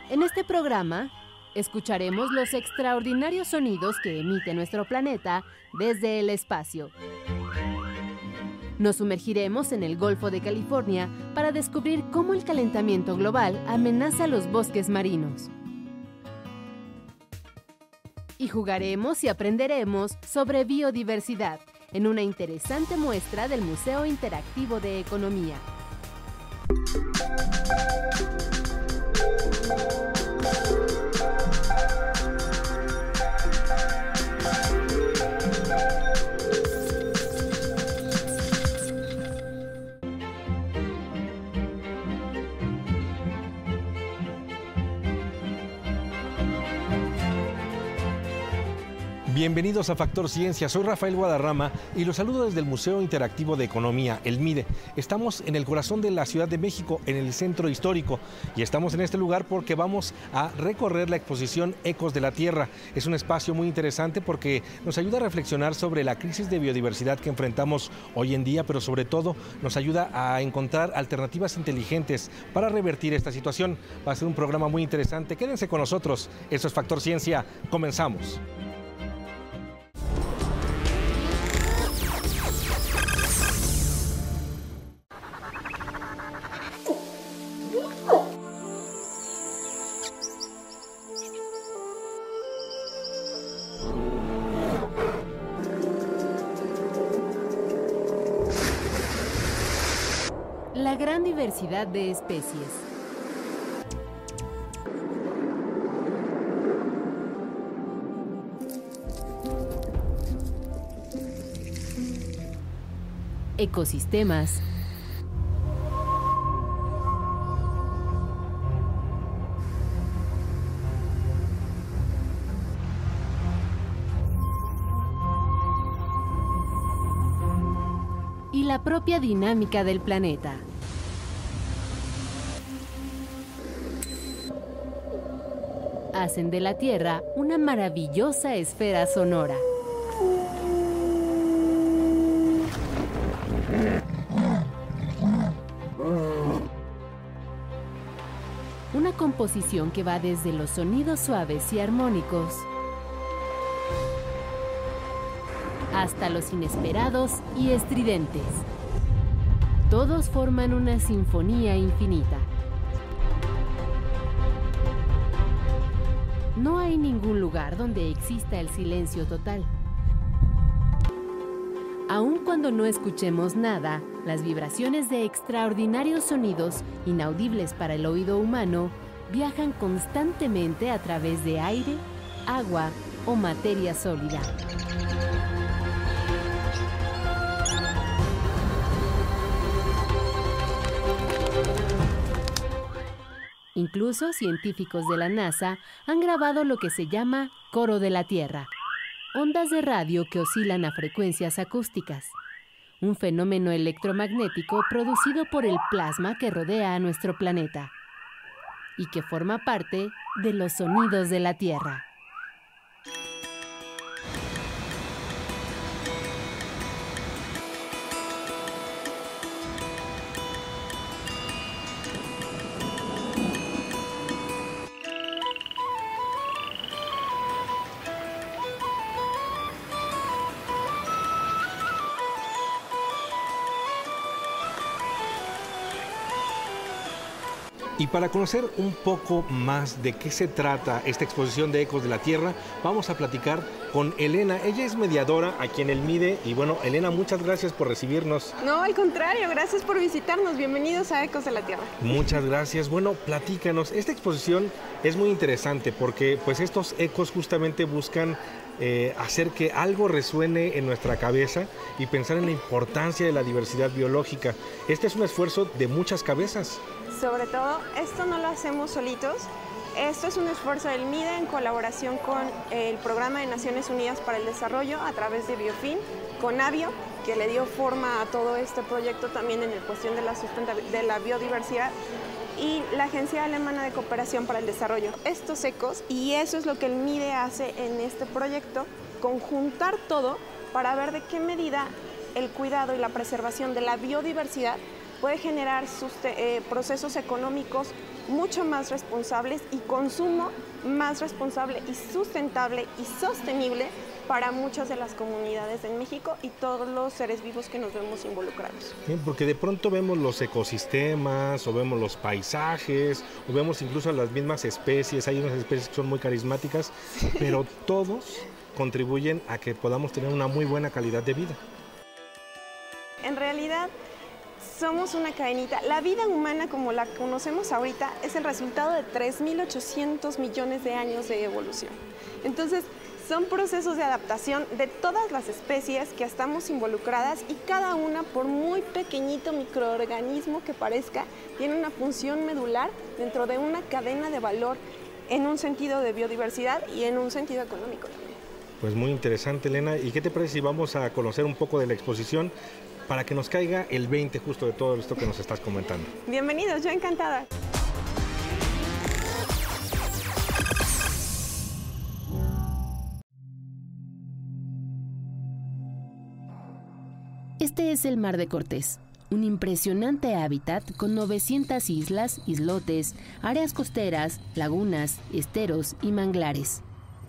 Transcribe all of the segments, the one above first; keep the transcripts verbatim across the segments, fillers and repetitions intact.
En este programa, escucharemos los extraordinarios sonidos que emite nuestro planeta desde el espacio. Nos sumergiremos en el Golfo de California para descubrir cómo el calentamiento global amenaza los bosques marinos. Y jugaremos y aprenderemos sobre biodiversidad en una interesante muestra del Museo Interactivo de Economía. Bienvenidos a Factor Ciencia, soy Rafael Guadarrama y los saludo desde el Museo Interactivo de Economía, el MIDE. Estamos en el corazón de la Ciudad de México, en el centro histórico, y estamos en este lugar porque vamos a recorrer la exposición Ecos de la Tierra. Es un espacio muy interesante porque nos ayuda a reflexionar sobre la crisis de biodiversidad que enfrentamos hoy en día, pero sobre todo nos ayuda a encontrar alternativas inteligentes para revertir esta situación. Va a ser un programa muy interesante, quédense con nosotros. Esto es Factor Ciencia, comenzamos. La gran diversidad de especies. Ecosistemas. Y la propia dinámica del planeta. Hacen de la Tierra una maravillosa esfera sonora. Una composición que va desde los sonidos suaves y armónicos hasta los inesperados y estridentes. Todos forman una sinfonía infinita. No hay ningún lugar donde exista el silencio total. Aun cuando no escuchemos nada, las vibraciones de extraordinarios sonidos, inaudibles para el oído humano, viajan constantemente a través de aire, agua o materia sólida. Incluso científicos de la NASA han grabado lo que se llama coro de la Tierra, ondas de radio que oscilan a frecuencias acústicas, un fenómeno electromagnético producido por el plasma que rodea a nuestro planeta y que forma parte de los sonidos de la Tierra. Y para conocer un poco más de qué se trata esta exposición de Ecos de la Tierra, vamos a platicar con Elena. Ella es mediadora aquí en el MIDE. Y bueno, Elena, muchas gracias por recibirnos. No, al contrario, gracias por visitarnos. Bienvenidos a Ecos de la Tierra. Muchas gracias. Bueno, platícanos. Esta exposición es muy interesante porque pues estos ecos justamente buscan eh, hacer que algo resuene en nuestra cabeza y pensar en la importancia de la diversidad biológica. Este es un esfuerzo de muchas cabezas. Sobre todo, esto no lo hacemos solitos. Esto es un esfuerzo del MIDE en colaboración con el Programa de Naciones Unidas para el Desarrollo a través de Biofin, con Avio, que le dio forma a todo este proyecto también en la cuestión de la, de la biodiversidad, y la Agencia Alemana de Cooperación para el Desarrollo. Estos ecos, y eso es lo que el MIDE hace en este proyecto, conjuntar todo para ver de qué medida el cuidado y la preservación de la biodiversidad puede generar eh, procesos económicos mucho más responsables y consumo más responsable y sustentable y sostenible para muchas de las comunidades en México y todos los seres vivos que nos vemos involucrados. Bien, porque de pronto vemos los ecosistemas, o vemos los paisajes, o vemos incluso las mismas especies, hay unas especies que son muy carismáticas, pero todos contribuyen a que podamos tener una muy buena calidad de vida. En realidad, somos una cadenita. La vida humana como la conocemos ahorita es el resultado de tres mil ochocientos millones de años de evolución. Entonces, son procesos de adaptación de todas las especies que estamos involucradas y cada una, por muy pequeñito microorganismo que parezca, tiene una función medular dentro de una cadena de valor en un sentido de biodiversidad y en un sentido económico también. Pues muy interesante, Elena. ¿Y qué te parece si vamos a conocer un poco de la exposición para que nos caiga el veinte justo de todo esto que nos estás comentando? Bienvenidos, yo encantada. Este es el Mar de Cortés, un impresionante hábitat con novecientas islas, islotes, áreas costeras, lagunas, esteros y manglares.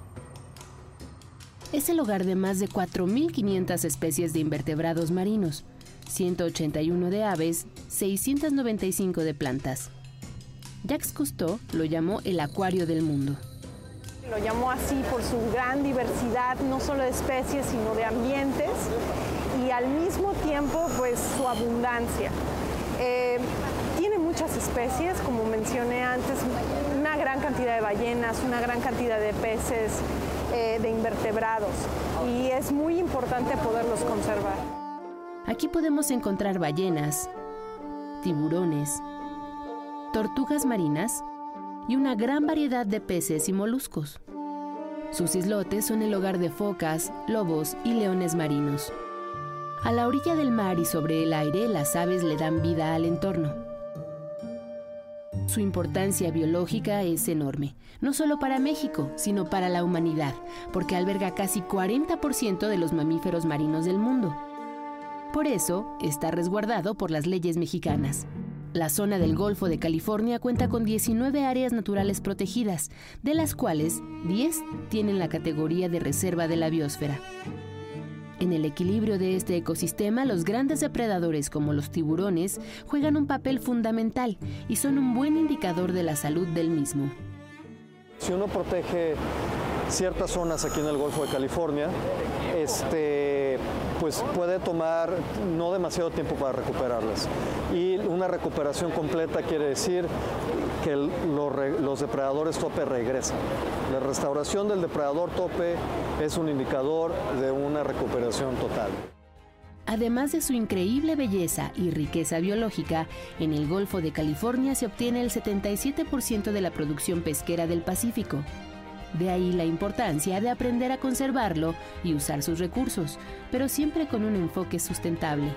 Es el hogar de más de cuatro mil quinientas especies de invertebrados marinos, ciento ochenta y uno de aves, seiscientas noventa y cinco de plantas. Jacques Cousteau lo llamó el acuario del mundo. Lo llamó así por su gran diversidad, no solo de especies, sino de ambientes, y al mismo tiempo, pues, su abundancia. Eh, tiene muchas especies, como mencioné antes, una gran cantidad de ballenas, una gran cantidad de peces, eh, de invertebrados, y es muy importante poderlos conservar. Aquí podemos encontrar ballenas, tiburones, tortugas marinas y una gran variedad de peces y moluscos. Sus islotes son el hogar de focas, lobos y leones marinos. A la orilla del mar y sobre el aire, las aves le dan vida al entorno. Su importancia biológica es enorme, no solo para México, sino para la humanidad, porque alberga casi cuarenta por ciento de los mamíferos marinos del mundo. Por eso, está resguardado por las leyes mexicanas. La zona del Golfo de California cuenta con diecinueve áreas naturales protegidas, de las cuales diez tienen la categoría de reserva de la biosfera. En el equilibrio de este ecosistema, los grandes depredadores como los tiburones juegan un papel fundamental y son un buen indicador de la salud del mismo. Si uno protege ciertas zonas aquí en el Golfo de California, este, pues puede tomar no demasiado tiempo para recuperarlas. Y una recuperación completa quiere decir que el, los, los depredadores tope regresan. La restauración del depredador tope es un indicador de una recuperación total. Además de su increíble belleza y riqueza biológica, en el Golfo de California se obtiene el setenta y siete por ciento de la producción pesquera del Pacífico. De ahí la importancia de aprender a conservarlo y usar sus recursos, pero siempre con un enfoque sustentable.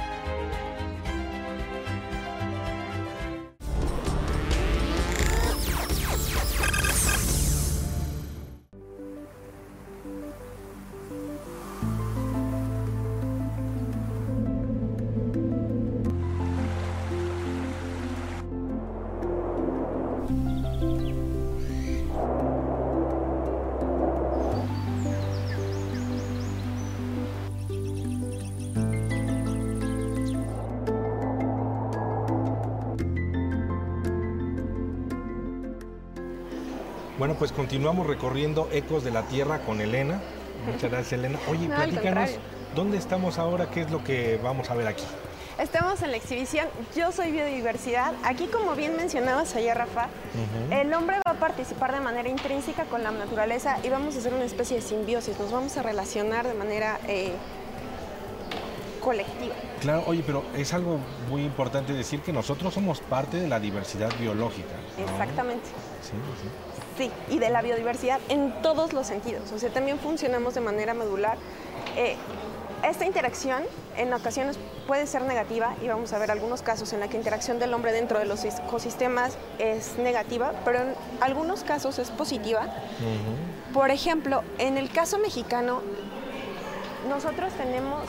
Bueno, pues continuamos recorriendo Ecos de la Tierra con Elena. Muchas gracias, Elena. Oye, No, platícanos, ¿dónde estamos ahora? ¿Qué es lo que vamos a ver aquí? Estamos en la exhibición Yo Soy Biodiversidad. Aquí, como bien mencionabas ayer, Rafa, uh-huh. el hombre va a participar de manera intrínseca con la naturaleza y vamos a hacer una especie de simbiosis. Nos vamos a relacionar de manera eh, colectiva. Claro, oye, pero es algo muy importante decir que nosotros somos parte de la diversidad biológica, ¿no? Exactamente. Sí, sí. Sí, y de la biodiversidad en todos los sentidos. O sea, también funcionamos de manera medular. Eh, esta interacción en ocasiones puede ser negativa y vamos a ver algunos casos en la que la interacción del hombre dentro de los ecosistemas es negativa, pero en algunos casos es positiva. Uh-huh. Por ejemplo, en el caso mexicano, nosotros tenemos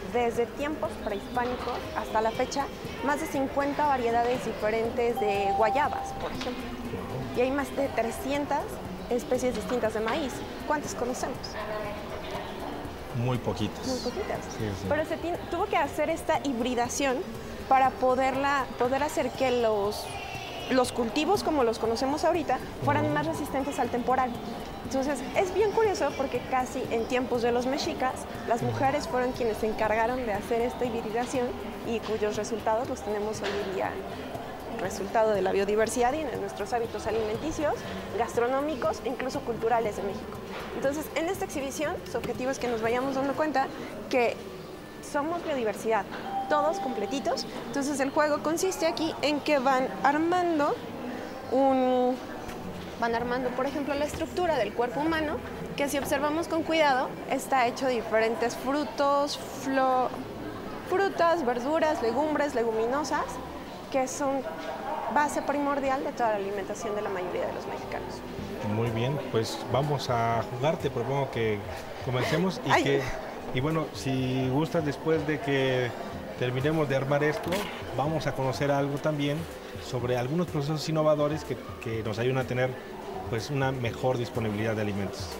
desde tiempos prehispánicos hasta la fecha, más de cincuenta variedades diferentes de guayabas, por ejemplo. Y hay más de trescientas especies distintas de maíz. ¿Cuántas conocemos? Muy poquitas. Muy poquitas. Sí, sí. Pero se tiene, tuvo que hacer esta hibridación para poderla, poder hacer que los, los cultivos, como los conocemos ahorita, fueran más resistentes al temporal. Entonces, es bien curioso porque casi en tiempos de los mexicas, las mujeres fueron quienes se encargaron de hacer esta hibridación y cuyos resultados los tenemos hoy en día, resultado de la biodiversidad y en nuestros hábitos alimenticios, gastronómicos e incluso culturales de México. Entonces, en esta exhibición, su objetivo es que nos vayamos dando cuenta que somos biodiversidad, todos completitos. Entonces, el juego consiste aquí en que van armando un... Van armando, por ejemplo, la estructura del cuerpo humano, que si observamos con cuidado, está hecho de diferentes frutos, flo- frutas, verduras, legumbres, leguminosas, que son base primordial de toda la alimentación de la mayoría de los mexicanos. Muy bien, pues vamos a jugar, te propongo que comencemos y Ay. que, y bueno, si gustas, después de que terminemos de armar esto, vamos a conocer algo también sobre algunos procesos innovadores que, que nos ayudan a tener pues una mejor disponibilidad de alimentos.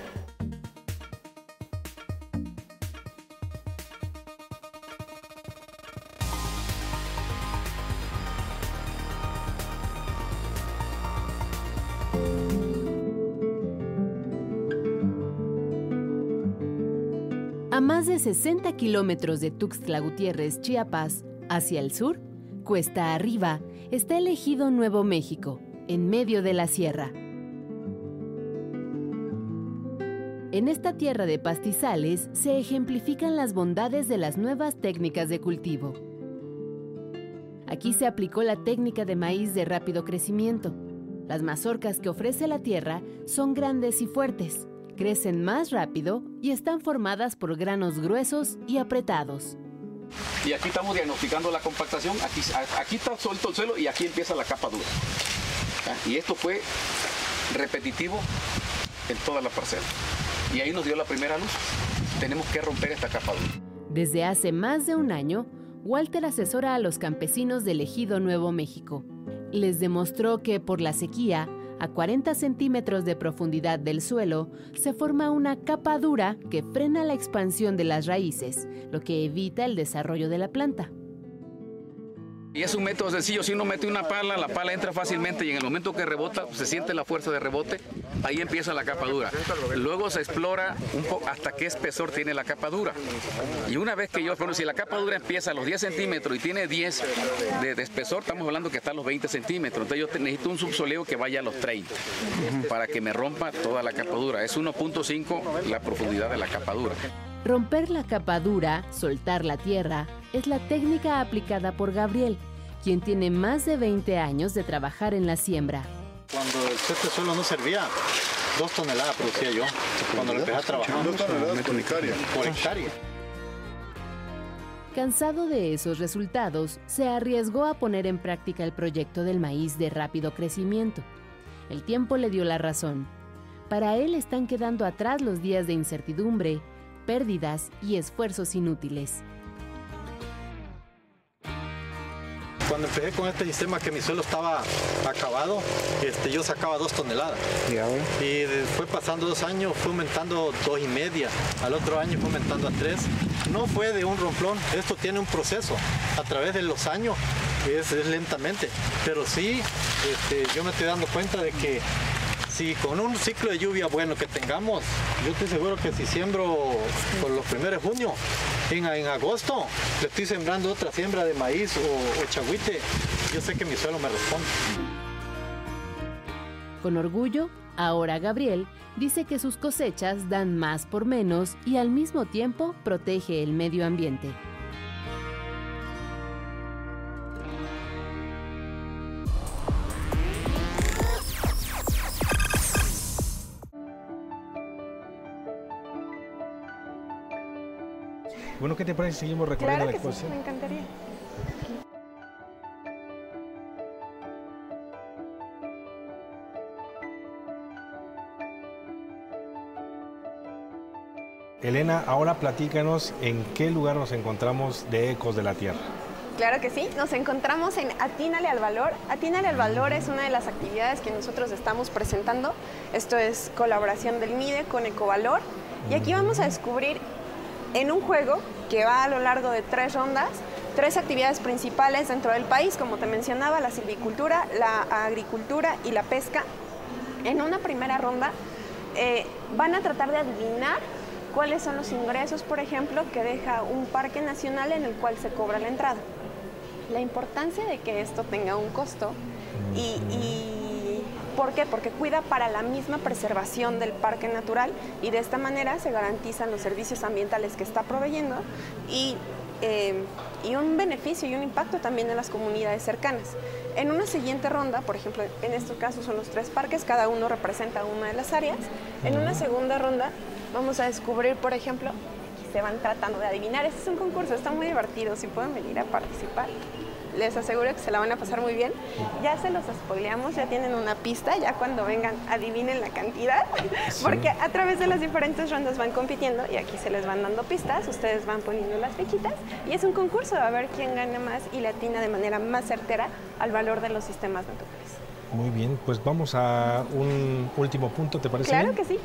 A más de sesenta kilómetros de Tuxtla Gutiérrez, Chiapas, hacia el sur, cuesta arriba, está el ejido Nuevo México, en medio de la sierra. En esta tierra de pastizales se ejemplifican las bondades de las nuevas técnicas de cultivo. Aquí se aplicó la técnica de maíz de rápido crecimiento. Las mazorcas que ofrece la tierra son grandes y fuertes, crecen más rápido y están formadas por granos gruesos y apretados. Y aquí estamos diagnosticando la compactación, aquí, aquí está suelto el suelo y aquí empieza la capa dura. Y esto fue repetitivo en toda la parcela. Y ahí nos dio la primera luz. Tenemos que romper esta capa dura. Desde hace más de un año, Walter asesora a los campesinos del ejido Nuevo México. Les demostró que por la sequía, a cuarenta centímetros de profundidad del suelo, se forma una capa dura que frena la expansión de las raíces, lo que evita el desarrollo de la planta. Y es un método sencillo, si uno mete una pala, la pala entra fácilmente y en el momento que rebota, se siente la fuerza de rebote, ahí empieza la capa dura. Luego se explora un poco hasta qué espesor tiene la capa dura. Y una vez que yo, bueno, si la capa dura empieza a los diez centímetros y tiene diez de, de espesor, estamos hablando que está a los veinte centímetros. Entonces yo necesito un subsoleo que vaya a los treinta para que me rompa toda la capa dura. Es uno punto cinco la profundidad de la capa dura. Romper la capa dura, soltar la tierra, es la técnica aplicada por Gabriel, quien tiene más de veinte años de trabajar en la siembra. Cuando este suelo no servía, dos toneladas producía yo, cuando lo empecé a trabajar. Dos toneladas por hectárea. Por hectárea. Cansado de esos resultados, se arriesgó a poner en práctica el proyecto del maíz de rápido crecimiento. El tiempo le dio la razón. Para él están quedando atrás los días de incertidumbre, pérdidas y esfuerzos inútiles. Cuando empecé con este sistema que mi suelo estaba acabado, este, yo sacaba dos toneladas. Y de, fue pasando dos años, fue aumentando dos y media. Al otro año fue aumentando a tres. No fue de un romplón, esto tiene un proceso. A través de los años es, es lentamente. Pero sí, este, yo me estoy dando cuenta de que si con un ciclo de lluvia bueno que tengamos, yo estoy seguro que si siembro por los primeros de junio, en, en agosto le estoy sembrando otra siembra de maíz o, o chagüite, yo sé que mi suelo me responde. Con orgullo, ahora Gabriel dice que sus cosechas dan más por menos y al mismo tiempo protege el medio ambiente. Bueno, ¿qué te parece si seguimos recorriendo Claro la que sí, exposición? me encantaría. Elena, ahora platícanos en qué lugar nos encontramos de Ecos de la Tierra. Claro que sí, nos encontramos en Atínale al Valor. Atínale al Valor es una de las actividades que nosotros estamos presentando. Esto es colaboración del MIDE con Ecovalor. Y aquí vamos a descubrir en un juego que va a lo largo de tres rondas, tres actividades principales dentro del país, como te mencionaba, la silvicultura, la agricultura y la pesca. En una primera ronda eh, van a tratar de adivinar cuáles son los ingresos, por ejemplo, que deja un parque nacional en el cual se cobra la entrada. La importancia de que esto tenga un costo y, y ¿por qué? Porque cuida para la misma preservación del parque natural y de esta manera se garantizan los servicios ambientales que está proveyendo y, eh, y un beneficio y un impacto también en las comunidades cercanas. En una siguiente ronda, por ejemplo, en estos casos son los tres parques, cada uno representa una de las áreas. En una segunda ronda vamos a descubrir, por ejemplo, se van tratando de adivinar. Este es un concurso, está muy divertido, si pueden venir a participar. Les aseguro que se la van a pasar muy bien. Ya se los spoileamos, ya tienen una pista, ya cuando vengan adivinen la cantidad, sí. Porque a través de las diferentes rondas van compitiendo y aquí se les van dando pistas, ustedes van poniendo las fichitas y es un concurso a ver quién gana más y le atina de manera más certera al valor de los sistemas naturales. Muy bien, pues vamos a un último punto, ¿te parece Claro bien? que sí.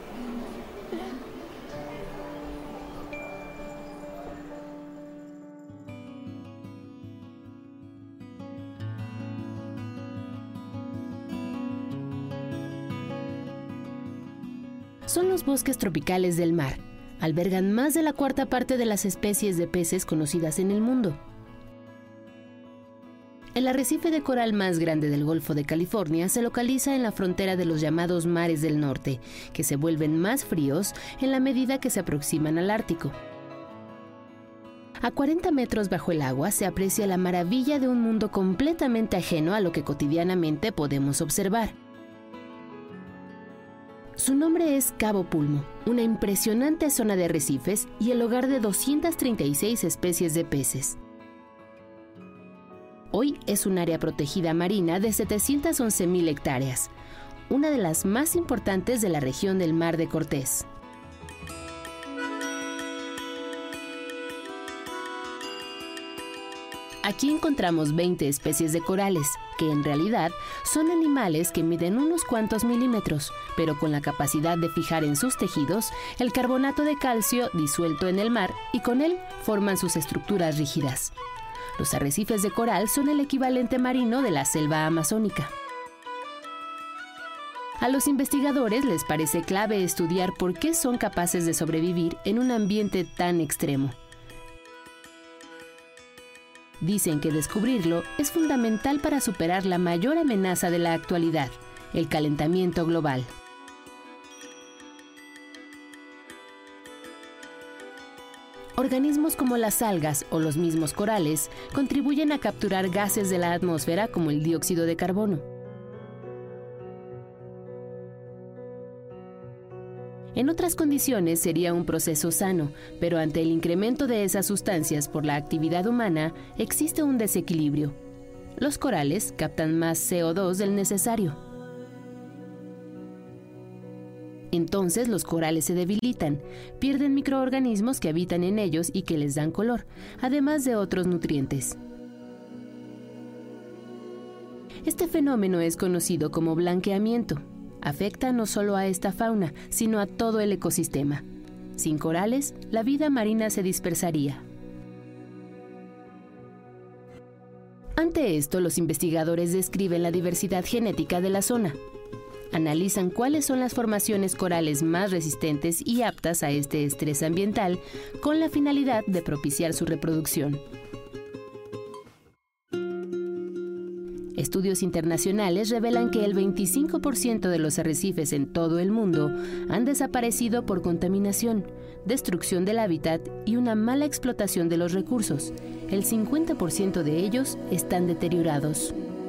Son los bosques tropicales del mar. Albergan más de la cuarta parte de las especies de peces conocidas en el mundo. El arrecife de coral más grande del Golfo de California se localiza en la frontera de los llamados mares del norte, que se vuelven más fríos en la medida que se aproximan al Ártico. A cuarenta metros bajo el agua se aprecia la maravilla de un mundo completamente ajeno a lo que cotidianamente podemos observar. Su nombre es Cabo Pulmo, una impresionante zona de arrecifes y el hogar de doscientas treinta y seis especies de peces. Hoy es un área protegida marina de setecientas once mil hectáreas, una de las más importantes de la región del Mar de Cortés. Aquí encontramos veinte especies de corales, que en realidad son animales que miden unos cuantos milímetros, pero con la capacidad de fijar en sus tejidos el carbonato de calcio disuelto en el mar y con él forman sus estructuras rígidas. Los arrecifes de coral son el equivalente marino de la selva amazónica. A los investigadores les parece clave estudiar por qué son capaces de sobrevivir en un ambiente tan extremo. Dicen que descubrirlo es fundamental para superar la mayor amenaza de la actualidad, el calentamiento global. Organismos como las algas o los mismos corales contribuyen a capturar gases de la atmósfera como el dióxido de carbono. En otras condiciones sería un proceso sano, pero ante el incremento de esas sustancias por la actividad humana, existe un desequilibrio. Los corales captan más C O dos del necesario. Entonces los corales se debilitan, pierden microorganismos que habitan en ellos y que les dan color, además de otros nutrientes. Este fenómeno es conocido como blanqueamiento. Afecta no solo a esta fauna, sino a todo el ecosistema. Sin corales, la vida marina se dispersaría. Ante esto, los investigadores describen la diversidad genética de la zona. Analizan cuáles son las formaciones corales más resistentes y aptas a este estrés ambiental, con la finalidad de propiciar su reproducción. Estudios internacionales revelan que el veinticinco por ciento de los arrecifes en todo el mundo han desaparecido por contaminación, destrucción del hábitat y una mala explotación de los recursos. El cincuenta por ciento de ellos están deteriorados.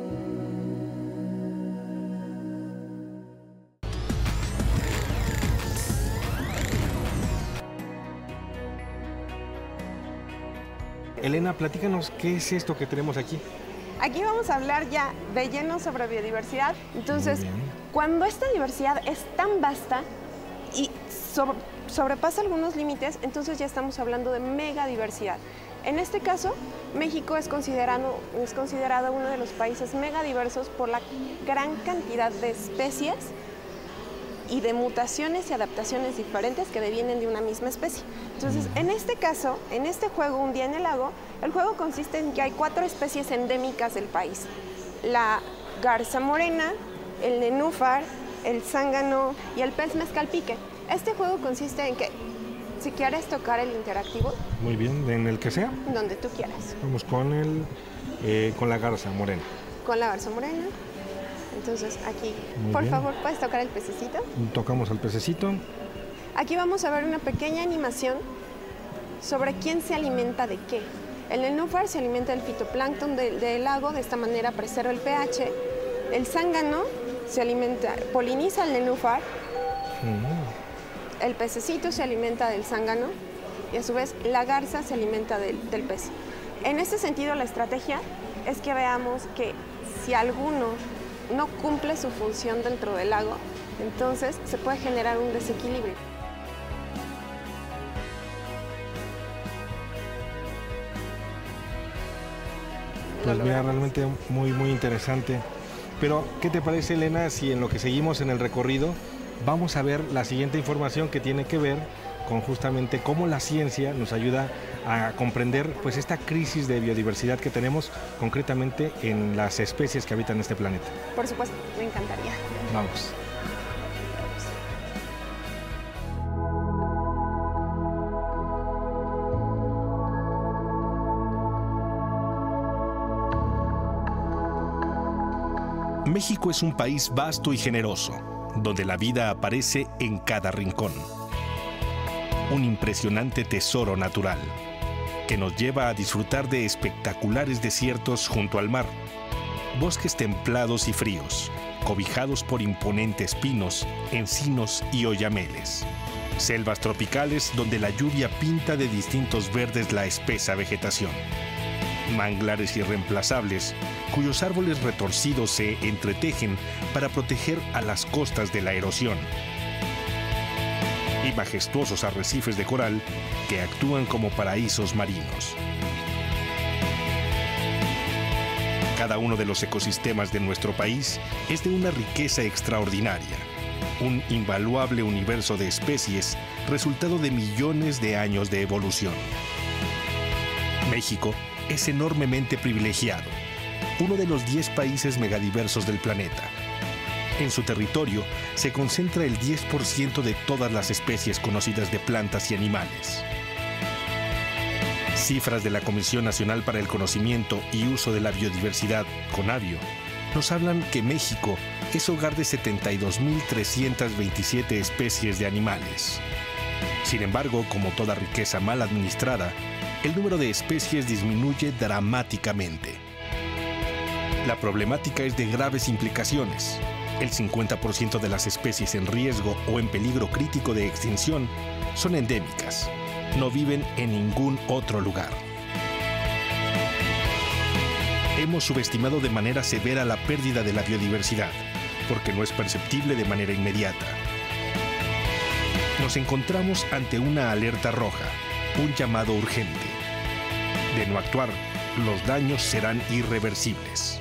Elena, platícanos qué es esto que tenemos aquí. Aquí vamos a hablar ya de lleno sobre biodiversidad. Entonces, cuando esta diversidad es tan vasta y sobre, sobrepasa algunos límites, entonces ya estamos hablando de megadiversidad. En este caso, México es considerado, es considerado uno de los países megadiversos por la gran cantidad de especies y de mutaciones y adaptaciones diferentes que devienen de una misma especie. Entonces, en este caso, en este juego, Un día en el lago, el juego consiste en que hay cuatro especies endémicas del país. La garza morena, el nenúfar, el zángano y el pez mezcalpique. Este juego consiste en que, si quieres tocar el interactivo. Muy bien, en el que sea. Donde tú quieras. Vamos con, el, eh, con la garza morena. Con la garza morena. Entonces aquí, Muy por bien. favor, ¿puedes tocar el pececito? Tocamos al pececito. Aquí vamos a ver una pequeña animación sobre quién se alimenta de qué. El nenúfar se alimenta del fitoplancton del, del lago, de esta manera preserva el pH. El zángano se alimenta, poliniza el nenúfar. Mm. El pececito se alimenta del zángano y a su vez la garza se alimenta del, del pez. En este sentido, la estrategia es que veamos que si alguno no cumple su función dentro del lago, entonces se puede generar un desequilibrio. Pues mira, realmente muy, muy interesante. Pero, ¿qué te parece, Elena, si en lo que seguimos en el recorrido vamos a ver la siguiente información que tiene que ver con justamente cómo la ciencia nos ayuda a comprender pues esta crisis de biodiversidad que tenemos concretamente en las especies que habitan este planeta? Por supuesto, me encantaría. Vamos. México es un país vasto y generoso, donde la vida aparece en cada rincón. Un impresionante tesoro natural, que nos lleva a disfrutar de espectaculares desiertos junto al mar, bosques templados y fríos, cobijados por imponentes pinos, encinos y oyameles, selvas tropicales donde la lluvia pinta de distintos verdes la espesa vegetación, manglares irreemplazables cuyos árboles retorcidos se entretejen para proteger a las costas de la erosión, y majestuosos arrecifes de coral que actúan como paraísos marinos. Cada uno de los ecosistemas de nuestro país es de una riqueza extraordinaria, un invaluable universo de especies resultado de millones de años de evolución. México es enormemente privilegiado, uno de los diez países megadiversos del planeta. En su territorio se concentra el diez por ciento de todas las especies conocidas de plantas y animales. Cifras de la Comisión Nacional para el Conocimiento y Uso de la Biodiversidad, CONABIO, nos hablan que México es hogar de setenta y dos mil trescientas veintisiete especies de animales. Sin embargo, como toda riqueza mal administrada, el número de especies disminuye dramáticamente. La problemática es de graves implicaciones. El cincuenta por ciento de las especies en riesgo o en peligro crítico de extinción son endémicas. No viven en ningún otro lugar. Hemos subestimado de manera severa la pérdida de la biodiversidad, porque no es perceptible de manera inmediata. Nos encontramos ante una alerta roja, un llamado urgente. De no actuar, los daños serán irreversibles.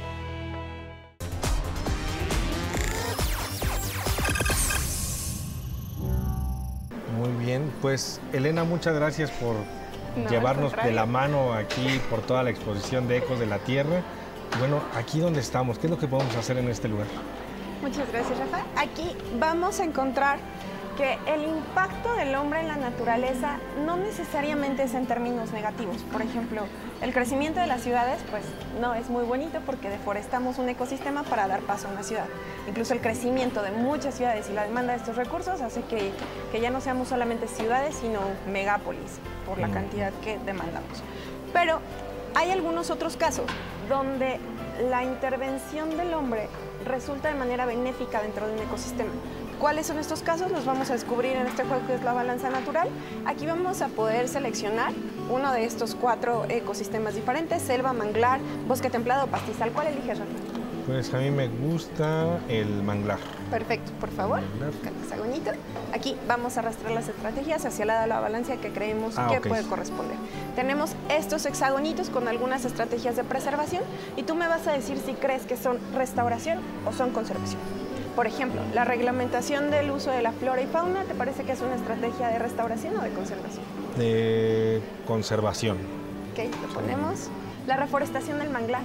Muy bien, pues Elena, muchas gracias por No, llevarnos al contrario. de la mano aquí por toda la exposición de Ecos de la Tierra. Bueno, aquí donde estamos, ¿qué es lo que podemos hacer en este lugar? Muchas gracias, Rafa. Aquí vamos a encontrar que el impacto del hombre en la naturaleza no necesariamente es en términos negativos. Por ejemplo, el crecimiento de las ciudades, pues no es muy bonito porque deforestamos un ecosistema para dar paso a una ciudad. Incluso el crecimiento de muchas ciudades y la demanda de estos recursos hace que, que ya no seamos solamente ciudades, sino megápolis, por la cantidad que demandamos. Pero hay algunos otros casos donde la intervención del hombre resulta de manera benéfica dentro de un ecosistema. ¿Cuáles son estos casos? Los vamos a descubrir en este juego que es la balanza natural. Aquí vamos a poder seleccionar uno de estos cuatro ecosistemas diferentes: selva, manglar, bosque templado o pastizal. ¿Cuál eliges, Rafa? Pues a mí me gusta el manglar. Perfecto, por favor, Manglar. con el hexagonito. Aquí vamos a arrastrar las estrategias hacia el lado de la balanza que creemos Ah, que ok. puede corresponder. Tenemos estos hexagonitos con algunas estrategias de preservación y tú me vas a decir si crees que son restauración o son conservación. Por ejemplo, la reglamentación del uso de la flora y fauna, ¿te parece que es una estrategia de restauración o de conservación? De conservación. Ok, lo ponemos. La reforestación del manglar.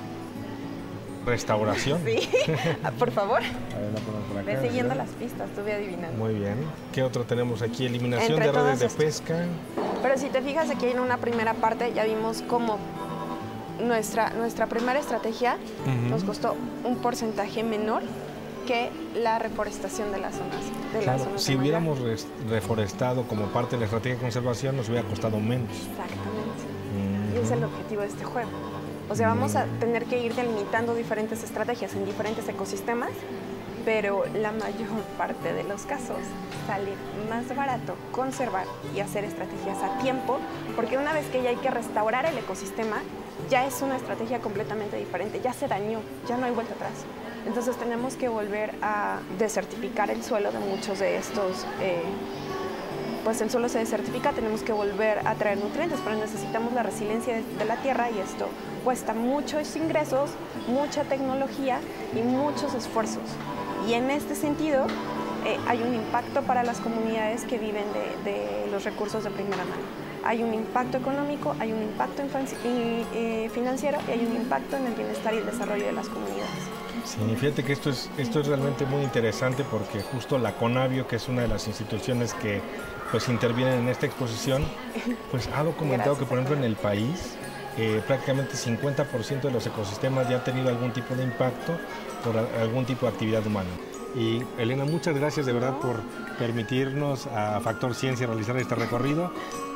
Restauración. Sí, por favor. A ver, la ponemos por acá. Ve siguiendo ¿sí? las pistas, estuve adivinando. Muy bien. ¿Qué otro tenemos aquí? Eliminación Entre de redes todos de estos. pesca. Pero si te fijas aquí en una primera parte ya vimos cómo nuestra, nuestra primera estrategia Ujú. nos costó un porcentaje menor que la reforestación de las zonas. De Claro, las zonas si de manglar. hubiéramos res- reforestado como parte de la estrategia de conservación, nos hubiera costado menos. Exactamente. Ujú. Y ese es el objetivo de este juego. O sea, vamos a tener que ir delimitando diferentes estrategias en diferentes ecosistemas, pero la mayor parte de los casos sale más barato conservar y hacer estrategias a tiempo, porque una vez que ya hay que restaurar el ecosistema, ya es una estrategia completamente diferente, ya se dañó, ya no hay vuelta atrás. Entonces tenemos que volver a desertificar el suelo de muchos de estos, eh, pues el suelo se desertifica, tenemos que volver a traer nutrientes, pero necesitamos la resiliencia de, de la tierra y esto cuesta muchos ingresos, mucha tecnología y muchos esfuerzos. Y en este sentido eh, hay un impacto para las comunidades que viven de, de los recursos de primera mano. Hay un impacto económico, hay un impacto infanci- y, eh, financiero y hay un impacto en el bienestar y el desarrollo de las comunidades. Sí, fíjate que esto es, esto es realmente muy interesante porque justo la CONABIO, que es una de las instituciones que pues intervienen en esta exposición, pues ha documentado Gracias, que por ejemplo en el país eh, prácticamente cincuenta por ciento de los ecosistemas ya han tenido algún tipo de impacto por a- algún tipo de actividad humana. Y Elena, muchas gracias de verdad por permitirnos a Factor Ciencia realizar este recorrido.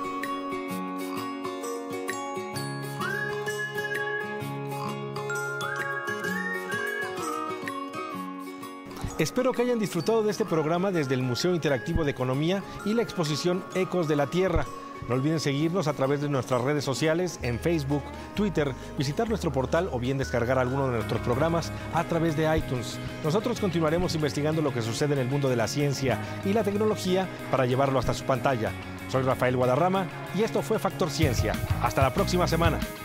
Espero que hayan disfrutado de este programa desde el Museo Interactivo de Economía y la exposición Ecos de la Tierra. No olviden seguirnos a través de nuestras redes sociales en Facebook, Twitter, visitar nuestro portal o bien descargar alguno de nuestros programas a través de iTunes. Nosotros continuaremos investigando lo que sucede en el mundo de la ciencia y la tecnología para llevarlo hasta su pantalla. Soy Rafael Guadarrama y esto fue Factor Ciencia. Hasta la próxima semana.